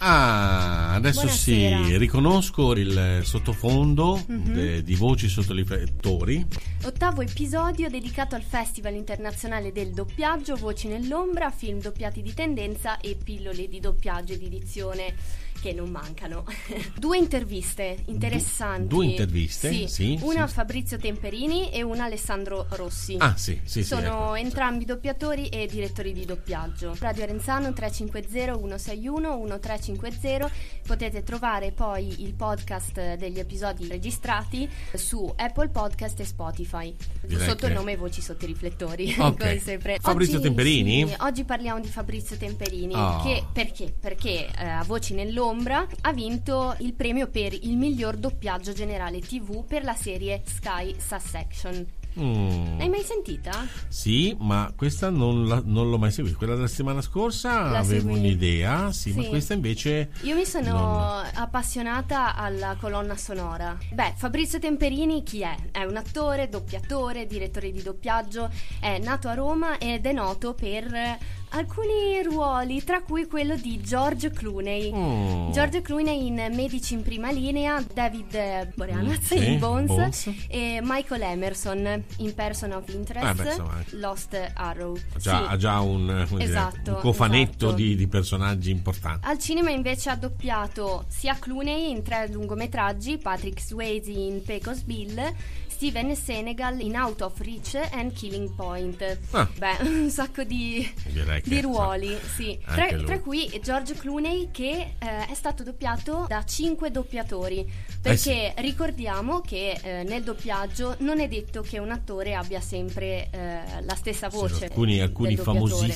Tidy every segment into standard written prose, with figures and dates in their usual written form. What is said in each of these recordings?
Adesso Buonasera. sì, riconosco il sottofondo di voci sotto i riflettori. 8º episodio dedicato al Festival Internazionale del Doppiaggio, Voci nell'Ombra, film doppiati di tendenza e pillole di doppiaggio ed edizione che non mancano. Due interviste interessanti. Due interviste? Sì. Una a Fabrizio Temperini e una a Alessandro Rossi. Sì. Sono ecco. entrambi doppiatori e direttori di doppiaggio. Radio Arenzano 350 161 1350. Potete trovare poi il podcast degli episodi registrati su Apple Podcast e Spotify. Direi sotto che- il nome Voci sotto i riflettori. Ok. Come sempre. Fabrizio Temperini? Sì, oggi parliamo di Fabrizio Temperini Oh. che perché a Voci nell'Ombra ha vinto il premio per il miglior doppiaggio generale TV per la serie Sky Succession. L'hai mai sentita? Sì, ma questa non l'ho mai seguita. Quella della settimana scorsa La avevo segui? un'idea, sì, ma Sì. questa invece Io mi sono non- appassionata alla colonna sonora. Fabrizio Temperini chi è? È un attore, doppiatore, direttore di doppiaggio, è nato a Roma ed è noto per alcuni ruoli, tra cui quello di George Clooney. George Clooney in Medici in prima linea, David Boreanaz sì, in Bones, Bones. e Michael Emerson in Person of Interest, insomma, Lost Arrow. ha già un, come dire, Esatto, un cofanetto esatto. di personaggi importanti. Al cinema invece ha doppiato sia Clooney in 3 lungometraggi, Patrick Swayze in Pecos Bill, Steven Senegal in Out of Reach and Killing Point. Un sacco di Direi che, ruoli, sì. anche lui. Tra cui George Clooney che è stato doppiato da 5 doppiatori, perché ricordiamo che nel doppiaggio non è detto che un attore abbia sempre la stessa voce. Alcuni del doppiatore.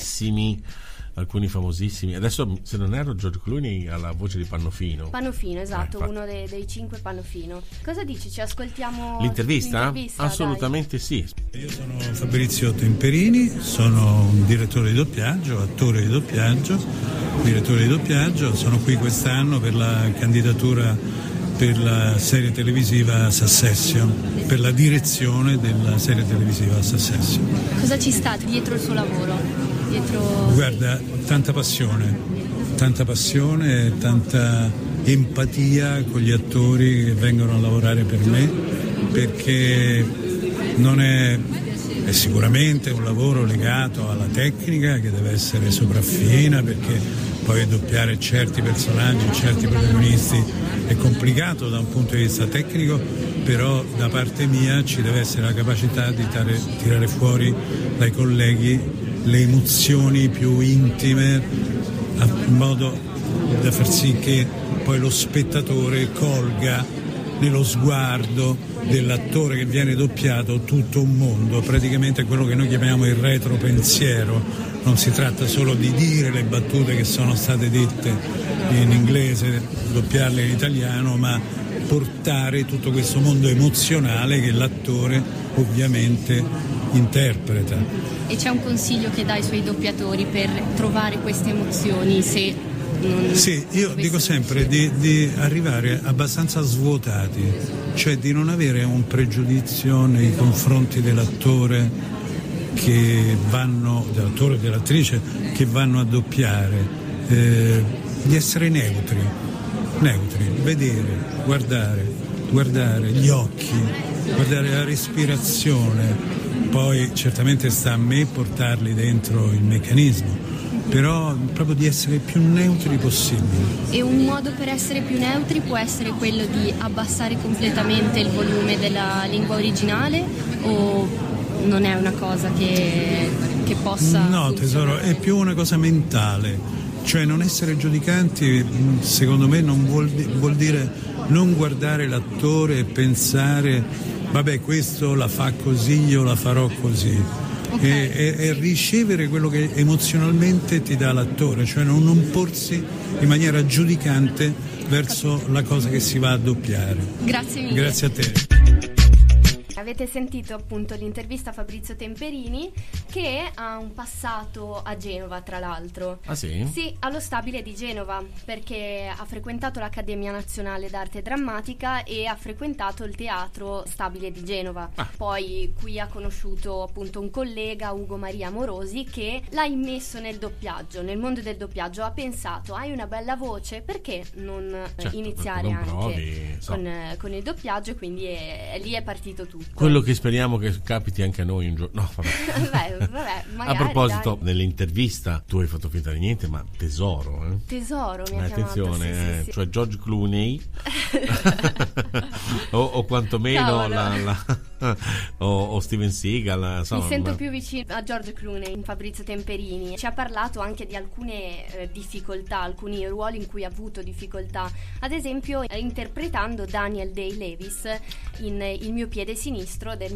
alcuni famosissimi. Adesso, se non erro, George Clooney ha la voce di Pannofino. Pannofino, esatto, infatti. uno dei 5 Pannofino. Cosa dici? Ci ascoltiamo L'intervista? l'intervista, Assolutamente sì. Io sono Fabrizio Temperini, sono un direttore di doppiaggio, attore di doppiaggio, direttore di doppiaggio. Sono qui quest'anno per la candidatura per la serie televisiva Succession, per la direzione della serie televisiva Succession. Dai. Cosa ci sta dietro il suo lavoro? Guarda, tanta passione, tanta empatia con gli attori che vengono a lavorare per me, perché non è sicuramente un lavoro legato alla tecnica che deve essere sopraffina, perché poi doppiare certi personaggi, certi protagonisti è complicato da un punto di vista tecnico, però da parte mia ci deve essere la capacità di tirare fuori dai colleghi le emozioni più intime, in modo da far sì che poi lo spettatore colga nello sguardo dell'attore che viene doppiato tutto un mondo, praticamente quello che noi chiamiamo il retropensiero. Non si tratta solo di dire le battute che sono state dette in inglese, doppiarle in italiano, ma portare tutto questo mondo emozionale che l'attore ovviamente interpreta. E c'è un consiglio che dai ai suoi doppiatori per trovare queste emozioni, se non... Sì, io dico sempre di arrivare abbastanza svuotati, cioè di non avere un pregiudizio nei confronti dell'attore dell'attore o dell'attrice che vanno a doppiare, di essere neutri, vedere, guardare gli occhi, guardare la respirazione. Poi certamente sta a me portarli dentro il meccanismo, però proprio di essere più neutri possibile. E un modo per essere più neutri può essere quello di abbassare completamente il volume della lingua originale, o non è una cosa che possa... No, tesoro, è più una cosa mentale, cioè non essere giudicanti, secondo me non vuol dire non guardare l'attore e pensare vabbè, questo la fa così, io la farò così. Okay. E ricevere quello che emozionalmente ti dà l'attore, cioè non porsi in maniera giudicante verso la cosa che si va a doppiare. Grazie mille. Grazie a te. avete sentito appunto l'intervista a Fabrizio Temperini, che ha un passato a Genova, tra l'altro. Ah sì? Sì, allo Stabile di Genova, perché ha frequentato l'Accademia Nazionale d'Arte Drammatica e ha frequentato il Teatro Stabile di Genova. Poi qui ha conosciuto appunto un collega, Ugo Maria Morosi, che l'ha immesso nel doppiaggio, nel mondo del doppiaggio. Ha pensato: hai una bella voce, perché non iniziare anche con il doppiaggio? E quindi lì è partito tutto. Quello che speriamo che capiti anche a noi un giorno. No, vabbè, magari, a proposito, dai. Nell'intervista tu hai fatto finta di niente, ma tesoro, Tesoro mi ha attenzione, chiamato, sì. Cioè George Clooney o quantomeno o Steven Seagal, insomma. Mi sento più vicino a George Clooney, Fabrizio Temperini. Ci ha parlato anche di alcune difficoltà, alcuni ruoli in cui ha avuto difficoltà, ad esempio interpretando Daniel Day-Lewis in Il mio piede sinistro del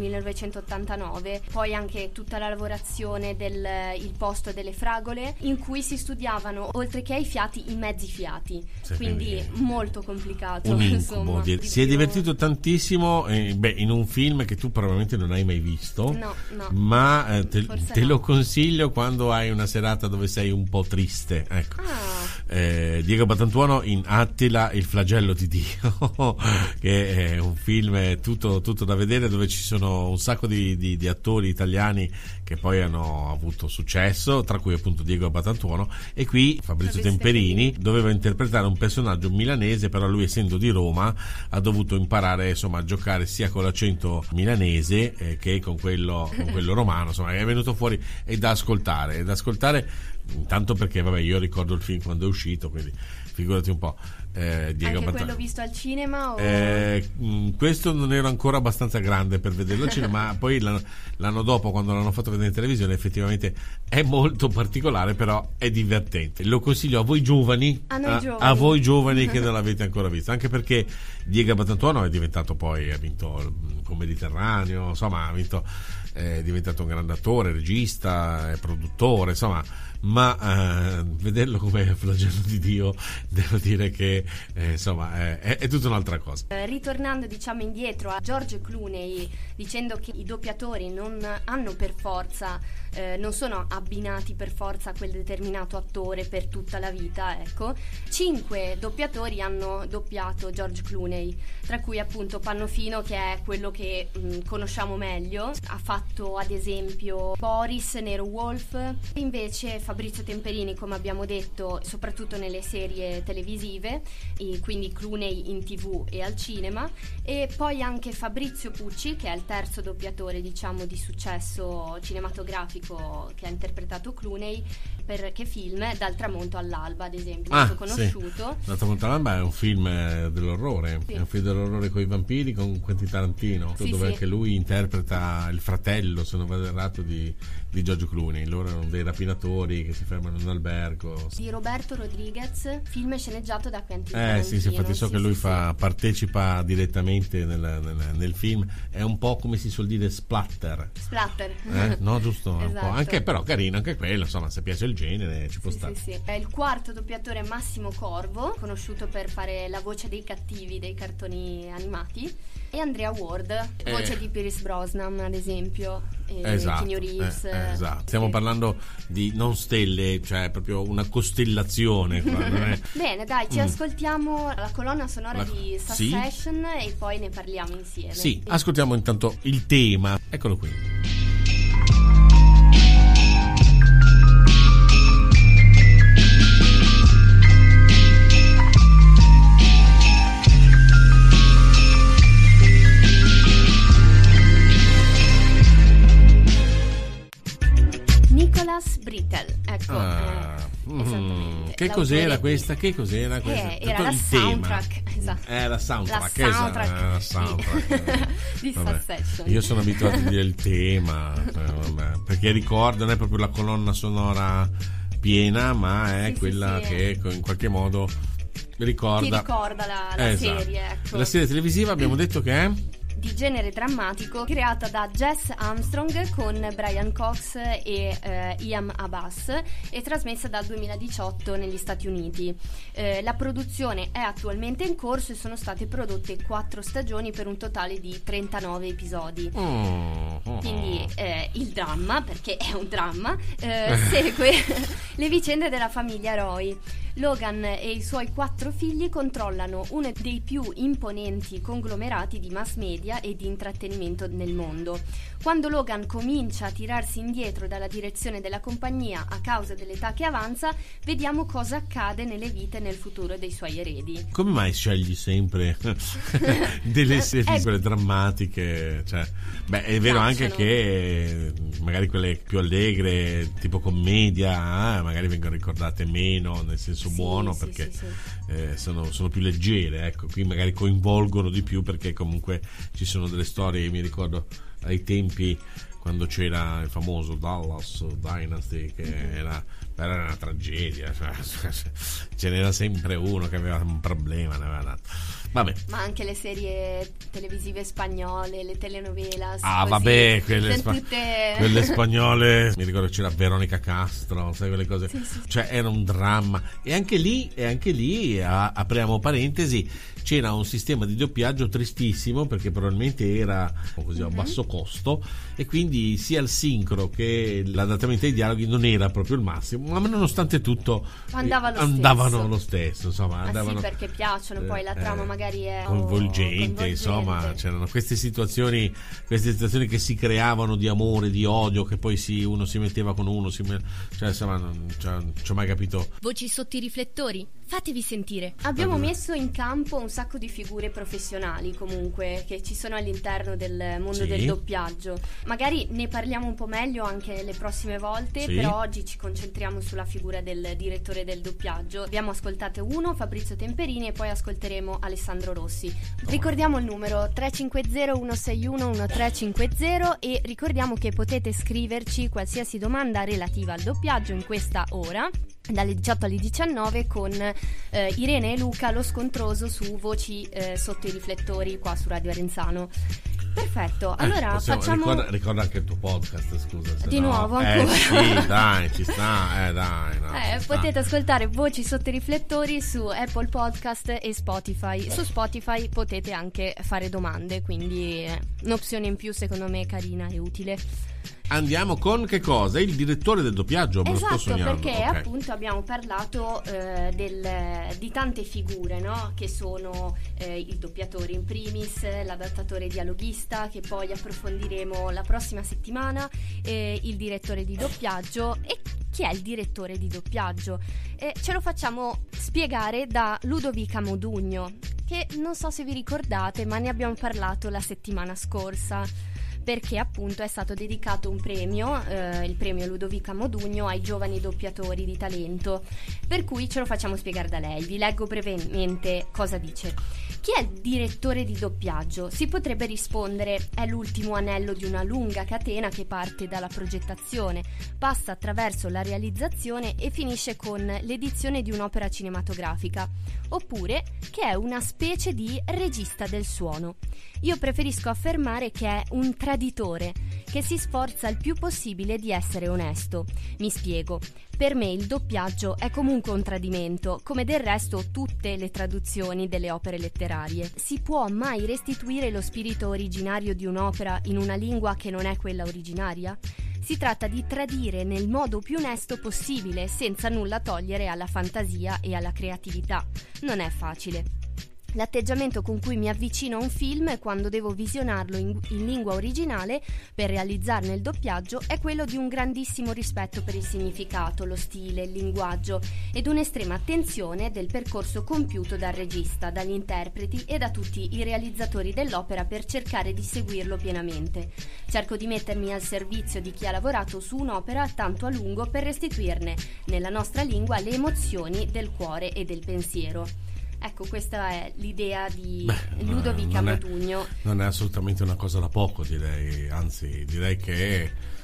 1989, poi anche tutta la lavorazione del Il posto delle fragole, in cui si studiavano oltre che ai fiati i mezzi fiati, quindi molto complicato, un insomma. Si è divertito tantissimo in un film che tu probabilmente non hai mai visto. No. Ma te lo consiglio quando hai una serata dove sei un po' triste, ecco. Diego Batantuono in Attila, il flagello di Dio che è un film tutto da vedere, dove ci sono un sacco di attori italiani che poi hanno avuto successo, tra cui appunto Diego Batantuono, e qui Fabrizio Temperini doveva interpretare un personaggio milanese, però lui, essendo di Roma, ha dovuto imparare insomma a giocare sia con l'accento milanese che con quello romano. Insomma, è venuto fuori, è da ascoltare intanto perché io ricordo il film quando è uscito, quindi figurati un po'. Diego anche quello visto al cinema questo non ero ancora abbastanza grande per vederlo al cinema, ma poi l'anno dopo, quando l'hanno fatto vedere in televisione, effettivamente è molto particolare, però è divertente. Lo consiglio a voi giovani, a voi giovani che non l'avete ancora visto, anche perché Diego Batantuono è diventato, poi ha vinto con Mediterraneo, insomma è diventato un grande attore, regista, produttore, insomma, ma vederlo come flagello di Dio, devo dire che insomma è tutta un'altra cosa. Ritornando indietro a George Clooney, dicendo che i doppiatori non hanno per forza non sono abbinati per forza a quel determinato attore per tutta la vita, ecco. 5 doppiatori hanno doppiato George Clooney, tra cui appunto Pannofino, che è quello che conosciamo meglio. Ha fatto ad esempio Boris, Nero Wolf. Invece Fabrizio Temperini, come abbiamo detto, soprattutto nelle serie televisive, e quindi Clooney in TV e al cinema. E poi anche Fabrizio Pucci, che è il terzo doppiatore di successo cinematografico che ha interpretato Clooney. Per che film? Dal tramonto all'alba, ad esempio, molto conosciuto. Dal tramonto all'alba è un film dell'orrore, è un film dell'orrore con i vampiri, con Quentin Tarantino, dove anche lui interpreta il fratello, se non vado errato, di George Clooney. Loro erano dei rapinatori che si fermano in un albergo. Di Roberto Rodriguez, film sceneggiato da Quentin Tarantino. Sì, infatti so che lui partecipa direttamente nel film. È un po', come si suol dire, splatter. No, giusto? Esatto. Un po'. Anche, però carino anche quello, insomma, se piace il genere ci può stare. Sì. Il quarto doppiatore è Massimo Corvo, conosciuto per fare la voce dei cattivi dei cartoni animati, e Andrea Ward, voce di Pierce Brosnan, ad esempio, e Keanu Reeves. Esatto. Stiamo parlando di non stelle, cioè proprio una costellazione qua, non è? Bene, dai, ci ascoltiamo la colonna sonora di Succession e poi ne parliamo insieme. Sì, ascoltiamo intanto il tema. Eccolo qui. Nicholas Britell, ecco. Esattamente. Che cos'era questa? Era la soundtrack, esatto. La soundtrack di Succession. Io sono abituato a dire il tema, perché ricordo, non è proprio la colonna sonora piena, ma è quella che in qualche modo ricorda. Ti ricorda la serie, ecco. La serie televisiva abbiamo detto che è di genere drammatico creata da Jess Armstrong con Brian Cox e Ian Abbas e trasmessa dal 2018 negli Stati Uniti. La produzione è attualmente in corso e sono state prodotte 4 stagioni per un totale di 39 episodi. Quindi il dramma, perché è un dramma, segue le vicende della famiglia Roy. Logan e i suoi 4 figli controllano uno dei più imponenti conglomerati di mass media e di intrattenimento nel mondo. Quando Logan comincia a tirarsi indietro dalla direzione della compagnia a causa dell'età che avanza, vediamo cosa accade nelle vite e nel futuro dei suoi eredi. Come mai scegli sempre delle serie drammatiche? Cioè, beh, è vero anche che magari quelle più allegre, tipo commedia, magari vengono ricordate meno, nel senso buono, perché sono più leggere, ecco. Qui magari coinvolgono di più perché comunque ci sono delle storie. Mi ricordo ai tempi quando c'era il famoso Dallas Dynasty, che era una tragedia, ce n'era sempre uno che aveva un problema, ne aveva dato. Vabbè. Ma anche le serie televisive spagnole, le telenovelas. Vabbè, quelle spagnole. Mi ricordo c'era Veronica Castro, sai, quelle cose. Sì. Cioè era un dramma. E anche lì apriamo parentesi, c'era un sistema di doppiaggio tristissimo, perché probabilmente era così a basso costo, e quindi sia il sincro che l'adattamento ai dialoghi non era proprio il massimo, ma nonostante tutto andavano lo stesso, insomma, andavano, sì, perché piacciono, poi la trama magari è coinvolgente, insomma, c'erano queste situazioni che si creavano di amore, di odio, che poi uno si metteva con uno, cioè insomma non ci ho mai capito. Voci sotto i riflettori, fatevi sentire. Abbiamo messo in campo un sacco di figure professionali comunque che ci sono all'interno del mondo del doppiaggio. Magari ne parliamo un po' meglio anche le prossime volte, però oggi ci concentriamo sulla figura del direttore del doppiaggio. Abbiamo ascoltato Fabrizio Temperini e poi ascolteremo Alessandro Rossi. Ricordiamo il numero 350 161 1350 e ricordiamo che potete scriverci qualsiasi domanda relativa al doppiaggio in questa ora, dalle 18 alle 19, con Irene e Luca, lo scontroso su Voci sotto i riflettori qua su Radio Arenzano. Perfetto, allora facciamo... Ricorda anche il tuo podcast, scusa. Di nuovo ancora? Sì, dai, ci sta, dai. No, potete ascoltare Voci sotto i riflettori su Apple Podcast e Spotify. Su Spotify potete anche fare domande, quindi un'opzione in più secondo me carina e utile. Andiamo con che cosa? Il direttore del doppiaggio, me lo sto sognando. Perché appunto abbiamo parlato di tante figure, no? Che sono il doppiatore in primis, l'adattatore dialoghista, che poi approfondiremo la prossima settimana, il direttore di doppiaggio. E chi è il direttore di doppiaggio? Ce lo facciamo spiegare da Ludovica Modugno, che non so se vi ricordate, ma ne abbiamo parlato la settimana scorsa, perché appunto è stato dedicato un premio, il premio Ludovica Modugno, ai giovani doppiatori di talento, per cui ce lo facciamo spiegare da lei. Vi leggo brevemente cosa dice. Chi è il direttore di doppiaggio? Si potrebbe rispondere: è l'ultimo anello di una lunga catena che parte dalla progettazione, passa attraverso la realizzazione e finisce con l'edizione di un'opera cinematografica. Oppure che è una specie di regista del suono. Io preferisco affermare che è un traditore, che si sforza il più possibile di essere onesto. Mi spiego. Per me il doppiaggio è comunque un tradimento, come del resto tutte le traduzioni delle opere letterarie. Si può mai restituire lo spirito originario di un'opera in una lingua che non è quella originaria? Si tratta di tradire nel modo più onesto possibile, senza nulla togliere alla fantasia e alla creatività. Non è facile. L'atteggiamento con cui mi avvicino a un film quando devo visionarlo in lingua originale per realizzarne il doppiaggio è quello di un grandissimo rispetto per il significato, lo stile, il linguaggio ed un'estrema attenzione del percorso compiuto dal regista, dagli interpreti e da tutti i realizzatori dell'opera per cercare di seguirlo pienamente. Cerco di mettermi al servizio di chi ha lavorato su un'opera tanto a lungo per restituirne nella nostra lingua le emozioni del cuore e del pensiero. Ecco, questa è l'idea di Ludovica Modugno. Non è assolutamente una cosa da poco, direi, anzi direi che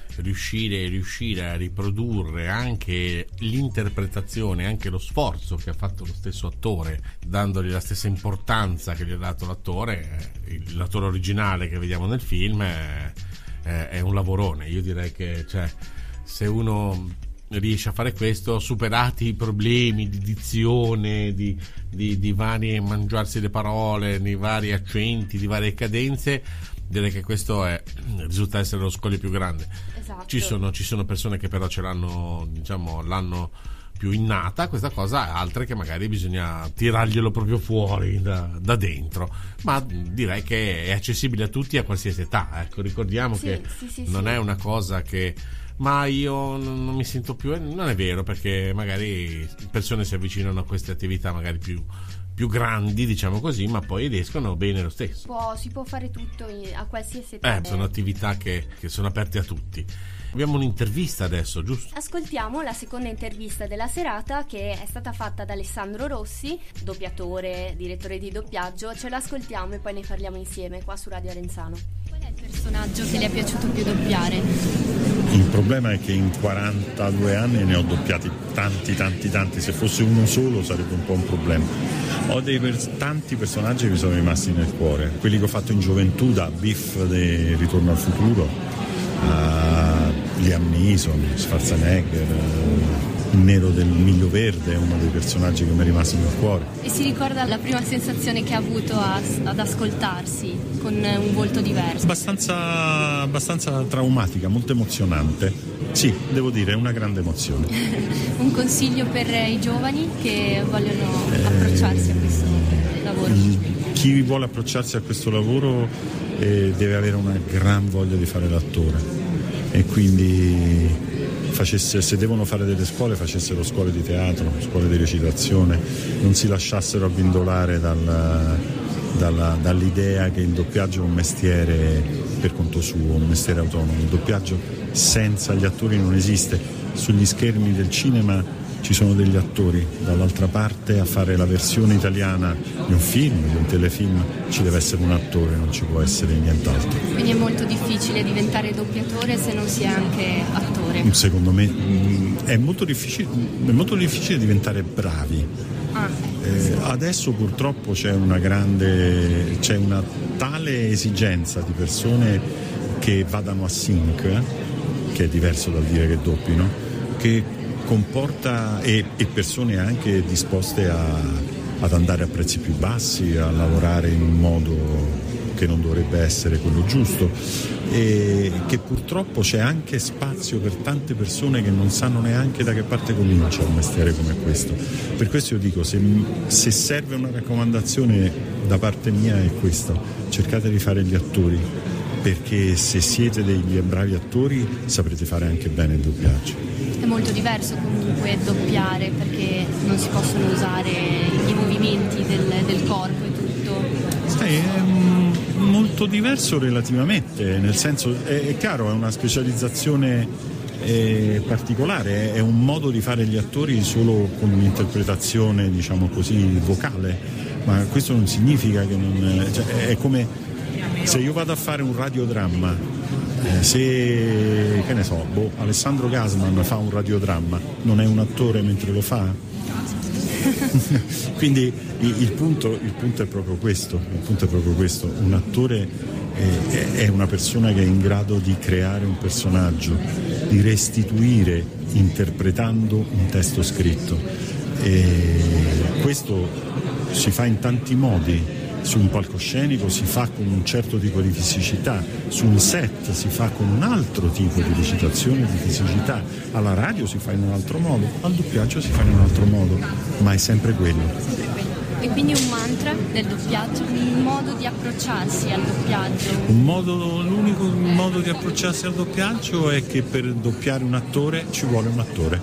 riuscire a riprodurre anche l'interpretazione, anche lo sforzo che ha fatto lo stesso attore, dandogli la stessa importanza che gli ha dato l'attore originale che vediamo nel film, è un lavorone. Io direi che, cioè, se uno riesce a fare questo, superati i problemi di dizione, di varie mangiarsi le parole, di vari accenti, di varie cadenze, direi che questo risulta essere lo scoglio più grande. Esatto. Ci sono persone che però ce l'hanno, diciamo, l'hanno più innata questa cosa, altre che magari bisogna tirarglielo proprio fuori da dentro, ma direi che è accessibile a tutti a qualsiasi età, ecco, ricordiamo che non è una cosa che ma io non mi sento più, non è vero, perché magari persone si avvicinano a queste attività magari più grandi, diciamo così, ma poi riescono bene lo stesso. Si può fare tutto a qualsiasi età. Sono attività che sono aperte a tutti. Abbiamo un'intervista adesso, giusto? Ascoltiamo la seconda intervista della serata, che è stata fatta da Alessandro Rossi, doppiatore, direttore di doppiaggio. Ce l'ascoltiamo e poi ne parliamo insieme qua su Radio Arenzano. Qual è il personaggio che le è piaciuto più doppiare? Il problema è che in 42 anni ne ho doppiati tanti, se fosse uno solo sarebbe un po' un problema. Ho tanti personaggi che mi sono rimasti nel cuore, quelli che ho fatto in gioventù, da Biff di Ritorno al futuro a Liam Neeson, Schwarzenegger, il nero del Miglio Verde è uno dei personaggi che mi è rimasto nel cuore. E si ricorda la prima sensazione che ha avuto ad ascoltarsi con un volto diverso? Abbastanza traumatica, molto emozionante. Sì, devo dire, è una grande emozione. Un consiglio per i giovani che vogliono approcciarsi a questo lavoro? Chi vuole approcciarsi a questo lavoro deve avere una gran voglia di fare l'attore, e quindi se devono fare delle scuole, facessero scuole di teatro, scuole di recitazione, non si lasciassero abbindolare dall'idea che il doppiaggio è un mestiere per conto suo, un mestiere autonomo. Il doppiaggio senza gli attori non esiste. Sugli schermi del cinema ci sono degli attori, dall'altra parte a fare la versione italiana di un film, di un telefilm, ci deve essere un attore, non ci può essere nient'altro. Quindi è molto difficile diventare doppiatore se non si è anche attore? Secondo me è molto difficile diventare bravi. Adesso purtroppo c'è una tale esigenza di persone che vadano a sync, che è diverso dal dire che doppino, che comporta e persone anche disposte ad andare a prezzi più bassi, a lavorare in un modo che non dovrebbe essere quello giusto, e che purtroppo c'è anche spazio per tante persone che non sanno neanche da che parte comincia un mestiere come questo. Per questo io dico, se serve una raccomandazione da parte mia è questa: cercate di fare gli attori, perché se siete degli bravi attori saprete fare anche bene il doppiaggio. È molto diverso comunque doppiare, perché non si possono usare i movimenti del corpo e tutto. È molto diverso relativamente, nel senso, è chiaro, è una specializzazione particolare, è un modo di fare gli attori solo con un'interpretazione, diciamo così, vocale, ma questo non significa che è come se io vado a fare un radiodramma. Se, che ne so, Alessandro Gasman fa un radiodramma, non è un attore mentre lo fa? Quindi il punto è proprio questo. Un attore è una persona che è in grado di creare un personaggio, di restituire interpretando un testo scritto, e questo si fa in tanti modi. Su un palcoscenico si fa con un certo tipo di fisicità, su un set si fa con un altro tipo di recitazione, di fisicità, alla radio si fa in un altro modo, al doppiaggio si fa in un altro modo, ma è sempre quello. E quindi un mantra del doppiaggio, un modo di approcciarsi al doppiaggio? L'unico modo di approcciarsi al doppiaggio è che per doppiare un attore ci vuole un attore.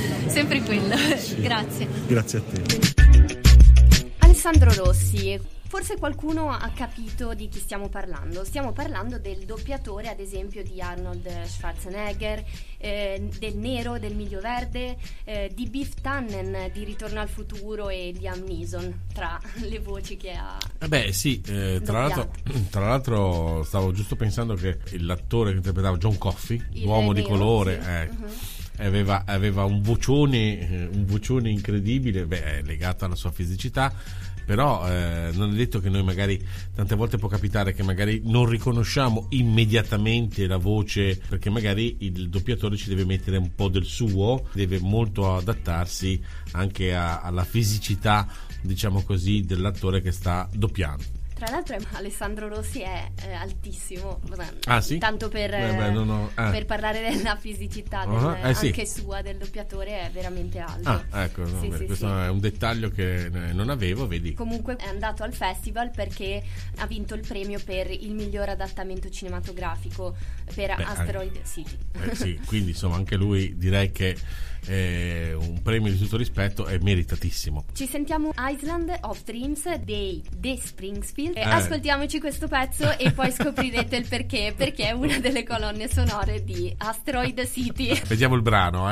Sempre quello, sì. Grazie. Grazie a te. Alessandro Rossi, Forse qualcuno ha capito di chi stiamo parlando. Stiamo parlando del doppiatore, ad esempio, di Arnold Schwarzenegger, del Nero, del Miglio Verde, di Biff Tannen di Ritorno al futuro e Liam Neeson, tra le voci che ha. Tra l'altro stavo giusto pensando che l'attore che interpretava John Coffey, l'uomo di colore, aveva un vocione incredibile, legato alla sua fisicità. Però non è detto che noi magari, tante volte può capitare che magari non riconosciamo immediatamente la voce, perché magari il doppiatore ci deve mettere un po' del suo, deve molto adattarsi anche alla fisicità, diciamo così, dell'attore che sta doppiando. Tra l'altro Alessandro Rossi è altissimo, sì? Tanto per parlare della fisicità anche sua, del doppiatore, è veramente alto. Questo è un dettaglio che non avevo, vedi. Comunque è andato al festival perché ha vinto il premio per il miglior adattamento cinematografico per Asteroid City. Sì, quindi insomma anche lui, direi che un premio di tutto rispetto, è meritatissimo. Ci sentiamo Island of Dreams dei The Springsteen. Ascoltiamoci questo pezzo e poi scoprirete il perché è una delle colonne sonore di Asteroid City. Vediamo il brano,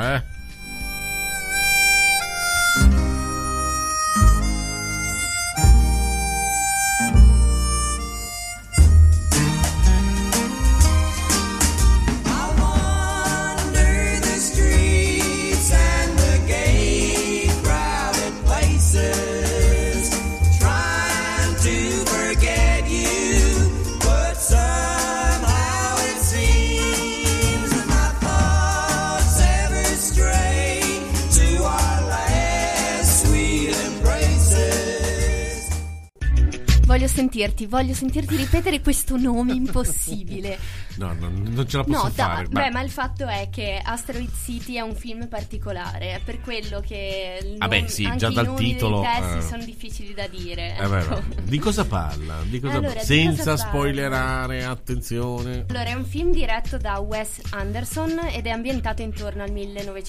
Voglio sentirti ripetere questo nome impossibile. No, non ce la posso fare. Ma il fatto è che Asteroid City è un film particolare, è per quello che anche già i dal nomi titolo dei testi sono difficili da dire. Di cosa parla? Senza spoilerare, attenzione. Allora, è un film diretto da Wes Anderson ed è ambientato intorno al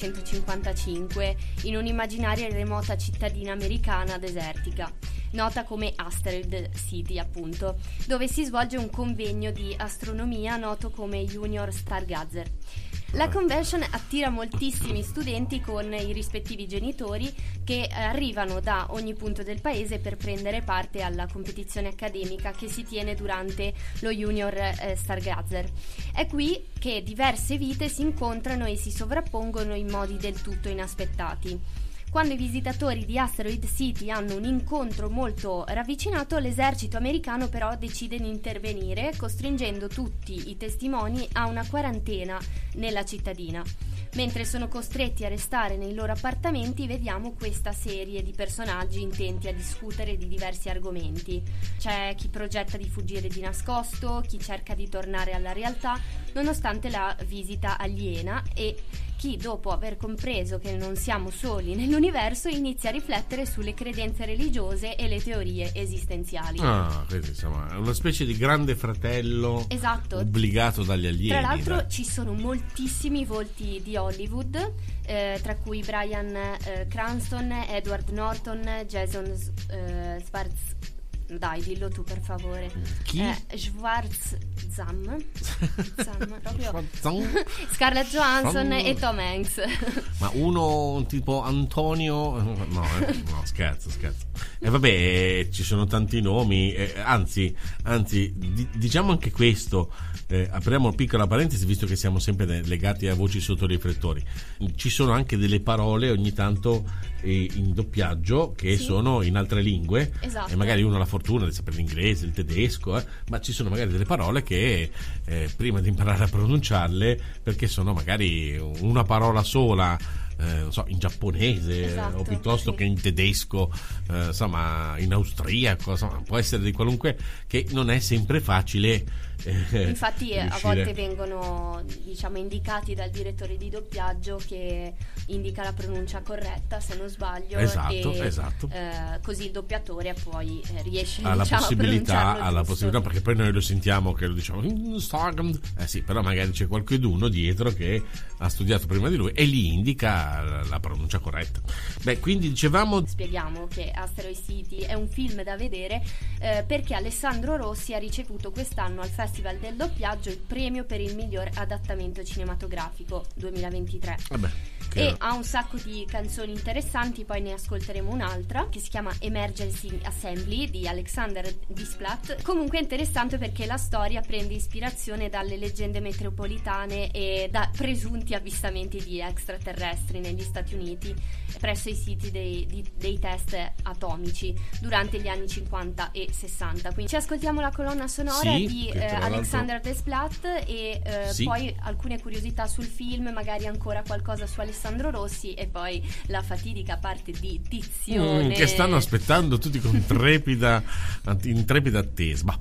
1955 in un'immaginaria e remota cittadina americana desertica, nota come Asteroid City, appunto, dove si svolge un convegno di astronomia noto come Junior Stargazer. La convention attira moltissimi studenti con i rispettivi genitori che arrivano da ogni punto del paese per prendere parte alla competizione accademica che si tiene durante lo Junior Stargazer. È qui che diverse vite si incontrano e si sovrappongono in modi del tutto inaspettati. Quando i visitatori di Asteroid City hanno un incontro molto ravvicinato, l'esercito americano però decide di intervenire, costringendo tutti i testimoni a una quarantena nella cittadina. Mentre sono costretti a restare nei loro appartamenti, vediamo questa serie di personaggi intenti a discutere di diversi argomenti. C'è chi progetta di fuggire di nascosto, chi cerca di tornare alla realtà nonostante la visita aliena e chi, dopo aver compreso che non siamo soli nell'universo, inizia a riflettere sulle credenze religiose e le teorie esistenziali. Quindi insomma è una specie di grande fratello, esatto, obbligato dagli alieni. Tra l'altro ci sono moltissimi volti di Hollywood, tra cui Bryan Cranston, Edward Norton, Jason Schwartz. Dai, dillo tu per favore. Chi? Schwartzam proprio. Scarlett Johansson e Tom Hanks. Ma uno tipo Antonio? No, scherzo. E vabbè, ci sono tanti nomi, anzi, diciamo anche questo, apriamo una piccola parentesi, visto che siamo sempre legati a voci sotto riflettori. Ci sono anche delle parole ogni tanto in doppiaggio che sono in altre lingue, esatto. E magari uno ha la fortuna di sapere l'inglese, il tedesco, ma ci sono magari delle parole che prima di imparare a pronunciarle, perché sono magari una parola sola, non so, in giapponese, esatto, o piuttosto che in tedesco, insomma in austriaco, insomma, può essere di qualunque, che non è sempre facile. Infatti a volte vengono, diciamo, indicati dal direttore di doppiaggio che indica la pronuncia corretta, se non sbaglio, esatto. Così il doppiatore poi riesce alla possibilità, giusto. Perché poi noi lo sentiamo che lo diciamo sì, però magari c'è qualcuno dietro che ha studiato prima di lui e gli indica la pronuncia corretta. Beh, quindi dicevamo... Spieghiamo che Asteroid City è un film da vedere perché Alessandro Rossi ha ricevuto quest'anno al Festival del Doppiaggio il premio per il miglior adattamento cinematografico 2023. E ha un sacco di canzoni interessanti, poi ne ascolteremo un'altra che si chiama Emergency Assembly di Alexander Desplat. Comunque è interessante perché la storia prende ispirazione dalle leggende metropolitane e da presunti avvistamenti di extraterrestri negli Stati Uniti presso i siti dei test atomici durante gli anni 50 e 60. Quindi ci ascoltiamo la colonna sonora di Alexander Desplat e poi alcune curiosità sul film, magari ancora qualcosa su Alessandro Rossi e poi la fatidica parte di dizione che stanno aspettando tutti con intrepida attesa.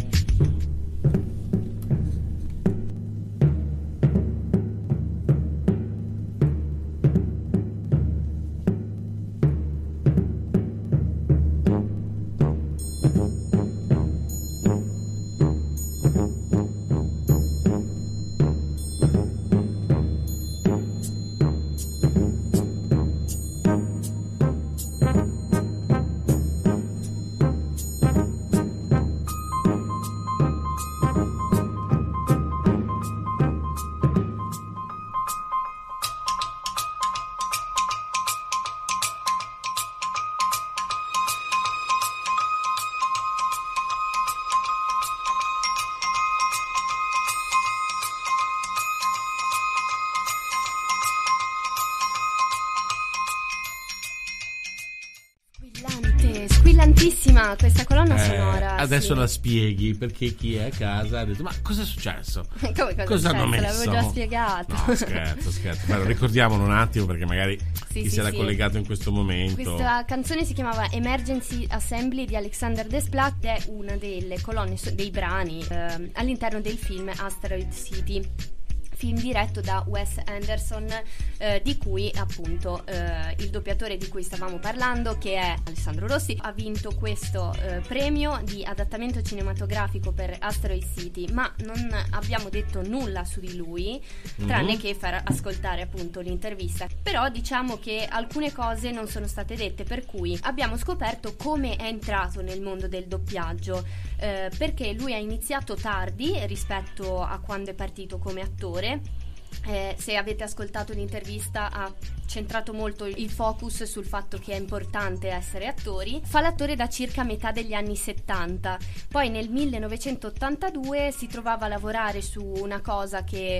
Squillantissima questa colonna sonora. Adesso la spieghi, perché chi è a casa ha detto: ma cosa è successo? Come cosa hanno messo? L'avevo già spiegato. No, scherzo. Beh, ricordiamolo un attimo, perché magari chi si era collegato in questo momento. Questa canzone si chiamava Emergency Assembly di Alexander Desplat, è una delle colonne dei brani all'interno del film Asteroid City, film diretto da Wes Anderson, di cui appunto il doppiatore di cui stavamo parlando, che è Alessandro Rossi, ha vinto questo premio di adattamento cinematografico per Asteroid City, ma non abbiamo detto nulla su di lui, tranne che far ascoltare appunto l'intervista. Però diciamo che alcune cose non sono state dette, per cui abbiamo scoperto come è entrato nel mondo del doppiaggio, perché lui ha iniziato tardi rispetto a quando è partito come attore. Se avete ascoltato l'intervista, ha centrato molto il focus sul fatto che è importante essere attori. Fa l'attore da circa metà degli anni 70, poi nel 1982 si trovava a lavorare su una cosa che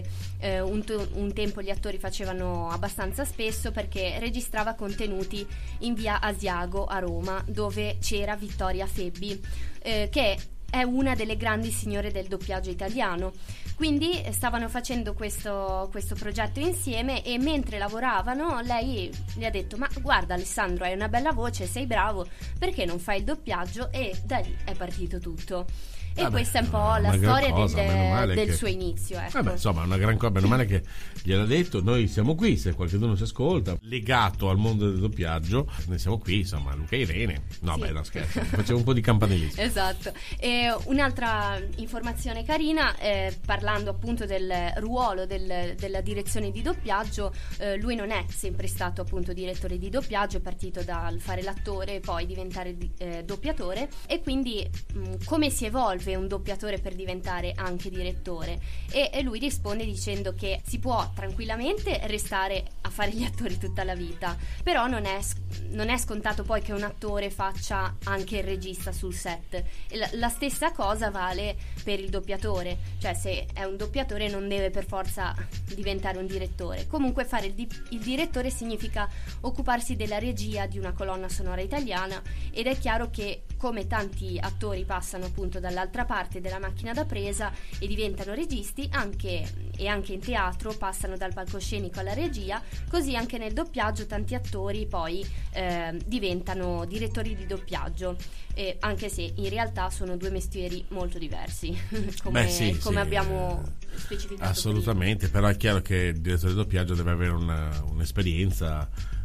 un tempo gli attori facevano abbastanza spesso, perché registrava contenuti in via Asiago a Roma, dove c'era Vittoria Febbi, che è una delle grandi signore del doppiaggio italiano. Quindi stavano facendo questo progetto insieme, e mentre lavoravano lei gli ha detto: ma guarda Alessandro, hai una bella voce, sei bravo, perché non fai il doppiaggio? E da lì è partito tutto. E questa è un po' la storia del suo inizio, ecco. Insomma, una gran cosa, meno male che gliel'ha detto. Noi siamo qui, se qualcuno ci ascolta legato al mondo del doppiaggio, noi siamo qui, insomma, Luca e Irene. No, scherzo, facevo un po' di campanilismo. Esatto. E un'altra informazione carina, parlando appunto del ruolo della direzione di doppiaggio, lui non è sempre stato appunto direttore di doppiaggio, è partito dal fare l'attore e poi diventare doppiatore, e quindi come si evolve un doppiatore per diventare anche direttore? E lui risponde dicendo che si può tranquillamente restare a fare gli attori tutta la vita, però non è scontato poi che un attore faccia anche il regista sul set. E la stessa cosa vale per il doppiatore, cioè se è un doppiatore non deve per forza diventare un direttore. Comunque fare il direttore significa occuparsi della regia di una colonna sonora italiana, ed è chiaro che come tanti attori passano appunto dall'altra parte della macchina da presa e diventano registi, anche in teatro passano dal palcoscenico alla regia, così anche nel doppiaggio tanti attori poi diventano direttori di doppiaggio, anche se in realtà sono due mestieri molto diversi come abbiamo specificato assolutamente prima. Però è chiaro che il direttore di doppiaggio deve avere un'esperienza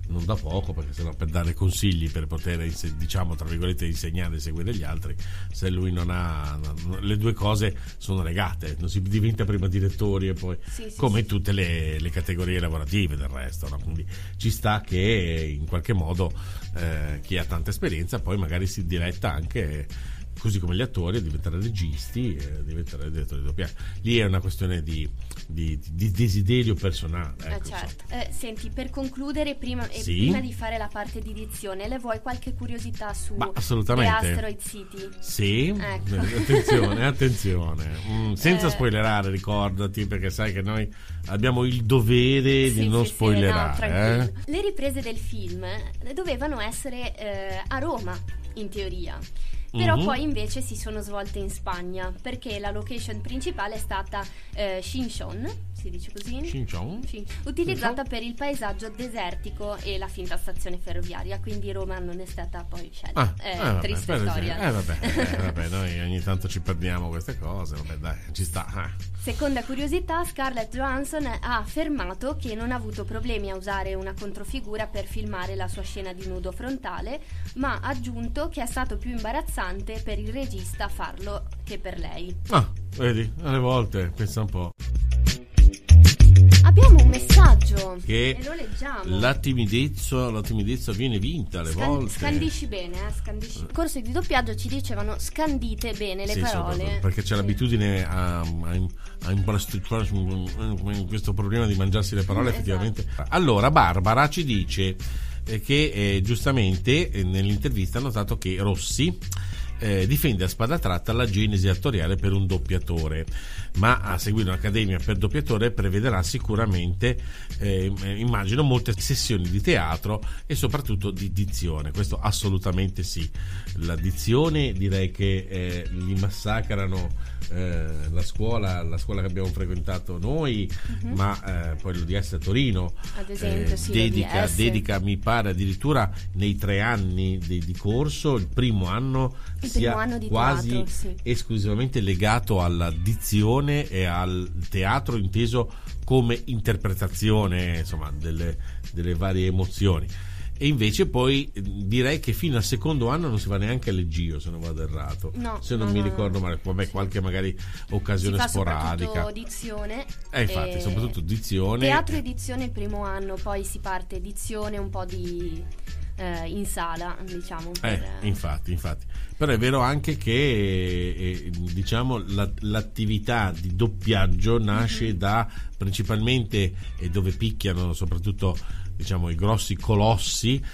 non da poco, perché sennò per dare consigli, per poter diciamo tra virgolette insegnare e seguire gli altri, se lui non ha le due cose sono legate, non si diventa prima direttori e poi come tutte le categorie lavorative del resto, no? Quindi ci sta che in qualche modo chi ha tanta esperienza poi magari si diretta anche, così come gli attori, a diventare registi, diventare direttori di doppiaggio. Lì è una questione di desiderio personale, ecco, certo. Senti, per concludere, prima di fare la parte di dizione, le vuoi qualche curiosità su The Asteroid City? Sì, ecco. attenzione. Senza spoilerare, ricordati, perché sai che noi abbiamo il dovere di non spoilerare. No, le riprese del film dovevano essere a Roma, in teoria. Però poi invece si sono svolte in Spagna, perché la location principale è stata Chinchón, si dice così? Chinchón. Utilizzata per il paesaggio desertico e la finta stazione ferroviaria, quindi Roma non è stata poi scelta. Triste storia. Vabbè, noi ogni tanto ci perdiamo queste cose, vabbè dai, ci sta. Seconda curiosità, Scarlett Johansson ha affermato che non ha avuto problemi a usare una controfigura per filmare la sua scena di nudo frontale, ma ha aggiunto che è stato più imbarazzante per il regista farlo che per lei. Vedi, alle volte, pensa un po'. Abbiamo un messaggio che e lo leggiamo. La timidezza viene vinta alle volte. Scandisci bene, scandisci. Il corso di doppiaggio ci dicevano scandite bene le parole. Perché c'è l'abitudine a imbrastricare questo problema di mangiarsi le parole, effettivamente. Allora Barbara ci dice che giustamente nell'intervista ha notato che Rossi difende a spada tratta la genesi attoriale per un doppiatore, ma a seguire un'accademia per doppiatore prevederà sicuramente immagino molte sessioni di teatro e soprattutto di dizione. Questo assolutamente sì. La dizione direi che li massacrano la scuola che abbiamo frequentato noi, ma poi l'ODS a Torino ad esempio, dedica mi pare addirittura nei 3 anni di corso il primo anno di quasi teatro, esclusivamente legato alla dizione e al teatro inteso come interpretazione, insomma, delle varie emozioni. E invece poi direi che fino al secondo anno non si va neanche all'Egio, se non vado errato, mi ricordo male. Vabbè, qualche magari occasione si fa sporadica. Soprattutto dizione. Infatti, soprattutto dizione. Teatro e dizione il primo anno, poi si parte dizione un po' di in sala, diciamo. Infatti. Però è vero anche che diciamo l'attività di doppiaggio nasce da principalmente dove picchiano soprattutto diciamo i grossi colossi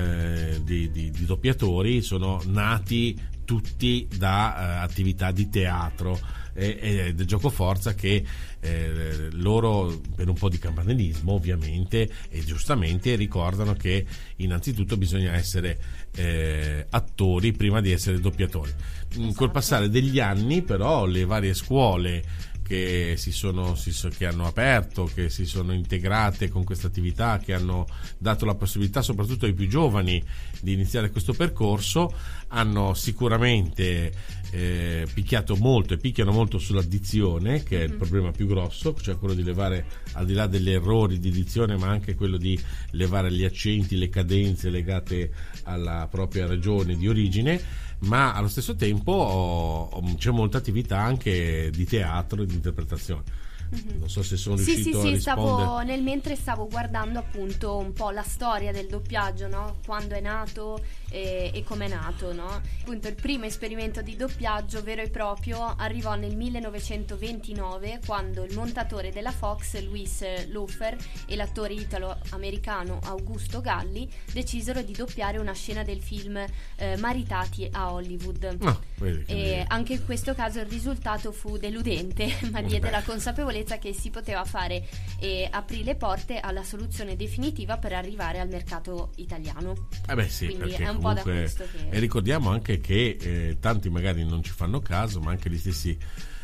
di doppiatori, sono nati tutti da attività di teatro e del giocoforza che loro per un po' di campanilismo ovviamente e giustamente ricordano che innanzitutto bisogna essere attori prima di essere doppiatori. Col passare degli anni però le varie scuole che che hanno aperto, che si sono integrate con questa attività, che hanno dato la possibilità soprattutto ai più giovani di iniziare questo percorso, hanno sicuramente picchiato molto e picchiano molto sulla dizione, che è il problema più grosso, cioè quello di levare, al di là degli errori di dizione, ma anche quello di levare gli accenti, le cadenze legate alla propria regione di origine. Ma allo stesso tempo c'è molta attività anche di teatro e di interpretazione. Non so se sono riuscito a rispondere. Mentre stavo guardando appunto un po' la storia del doppiaggio, no? Quando è nato e come è nato, no? Appunto il primo esperimento di doppiaggio vero e proprio arrivò nel 1929, quando il montatore della Fox, Louis Laufer, e l'attore italo-americano Augusto Galli decisero di doppiare una scena del film Maritati a Hollywood. E anche in questo caso il risultato fu deludente, ma diede la consapevolezza che si poteva fare e aprì le porte alla soluzione definitiva per arrivare al mercato italiano. Sì, quindi perché è un po' da questo che... E ricordiamo anche che tanti magari non ci fanno caso, ma anche gli stessi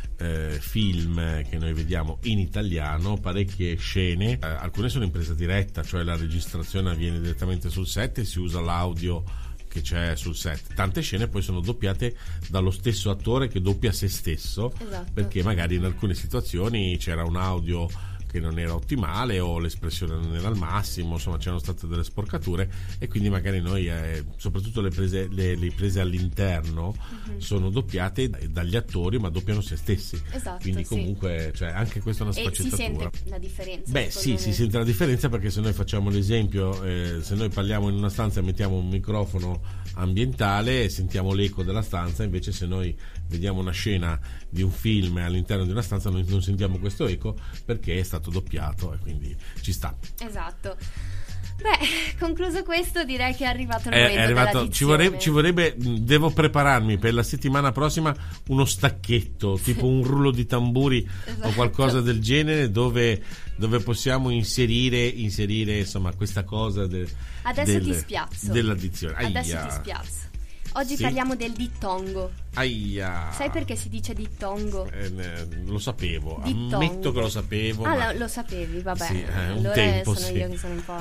film che noi vediamo in italiano, parecchie scene, alcune sono in presa diretta, cioè la registrazione avviene direttamente sul set e si usa l'audio che c'è sul set. Tante scene poi sono doppiate dallo stesso attore che doppia se stesso, esatto. perché magari in alcune situazioni c'era un audio che non era ottimale o l'espressione non era al massimo, insomma c'erano state delle sporcature e quindi magari noi soprattutto le riprese all'interno sono doppiate dagli attori, ma doppiano se stessi. Esatto, quindi comunque cioè, anche questa è una sfaccettatura. E si sente la differenza? Beh sì, si sente la differenza, perché se noi facciamo l'esempio, se noi parliamo in una stanza e mettiamo un microfono ambientale sentiamo l'eco della stanza, invece se noi vediamo una scena di un film all'interno di una stanza noi non sentiamo questo eco perché è stato doppiato e quindi ci sta. Esatto. Beh, concluso questo, direi che è arrivato il momento della ci vorrebbe, devo prepararmi per la settimana prossima uno stacchetto, tipo un rullo di tamburi o qualcosa del genere dove possiamo inserire insomma questa cosa adesso ti spiazzo dell'addizione. Adesso ti spiazzo. Oggi parliamo del dittongo. Aia. Sai perché si dice dittongo? Lo sapevo, dittongo. Ammetto che lo sapevo. Lo sapevi, vabbè. Sì, allora tempo sono io che sono un po'.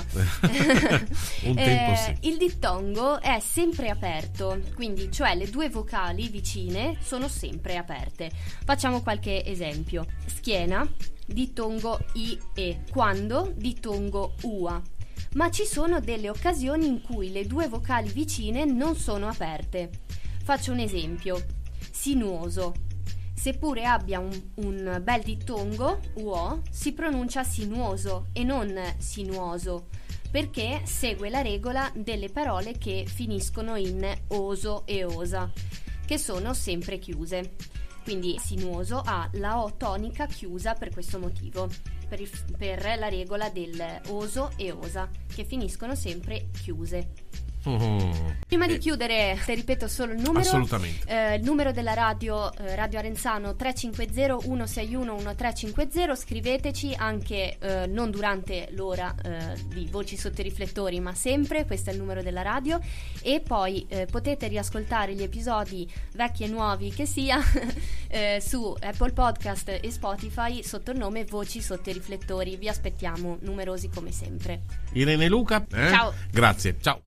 Un tempo sì. Il dittongo è sempre aperto, quindi cioè le due vocali vicine sono sempre aperte. Facciamo qualche esempio. Schiena, dittongo I E. Quando, dittongo UA. Ma ci sono delle occasioni in cui le due vocali vicine non sono aperte. Faccio un esempio. Sinuoso. Seppure abbia un bel dittongo, UO, si pronuncia sinuoso e non sinuoso, perché segue la regola delle parole che finiscono in oso e osa, che sono sempre chiuse. Quindi sinuoso ha la O tonica chiusa per questo motivo, per la regola del oso e osa, che finiscono sempre chiuse. Prima di chiudere, ti ripeto solo il numero. Assolutamente. Il numero della Radio Arenzano 350 161 1350. Scriveteci anche non durante l'ora di Voci sotto i riflettori, ma sempre. Questo è il numero della radio. E poi potete riascoltare gli episodi vecchi e nuovi che sia su Apple Podcast e Spotify sotto il nome Voci sotto i riflettori. Vi aspettiamo numerosi come sempre. Irene e Luca, Ciao. Grazie, ciao.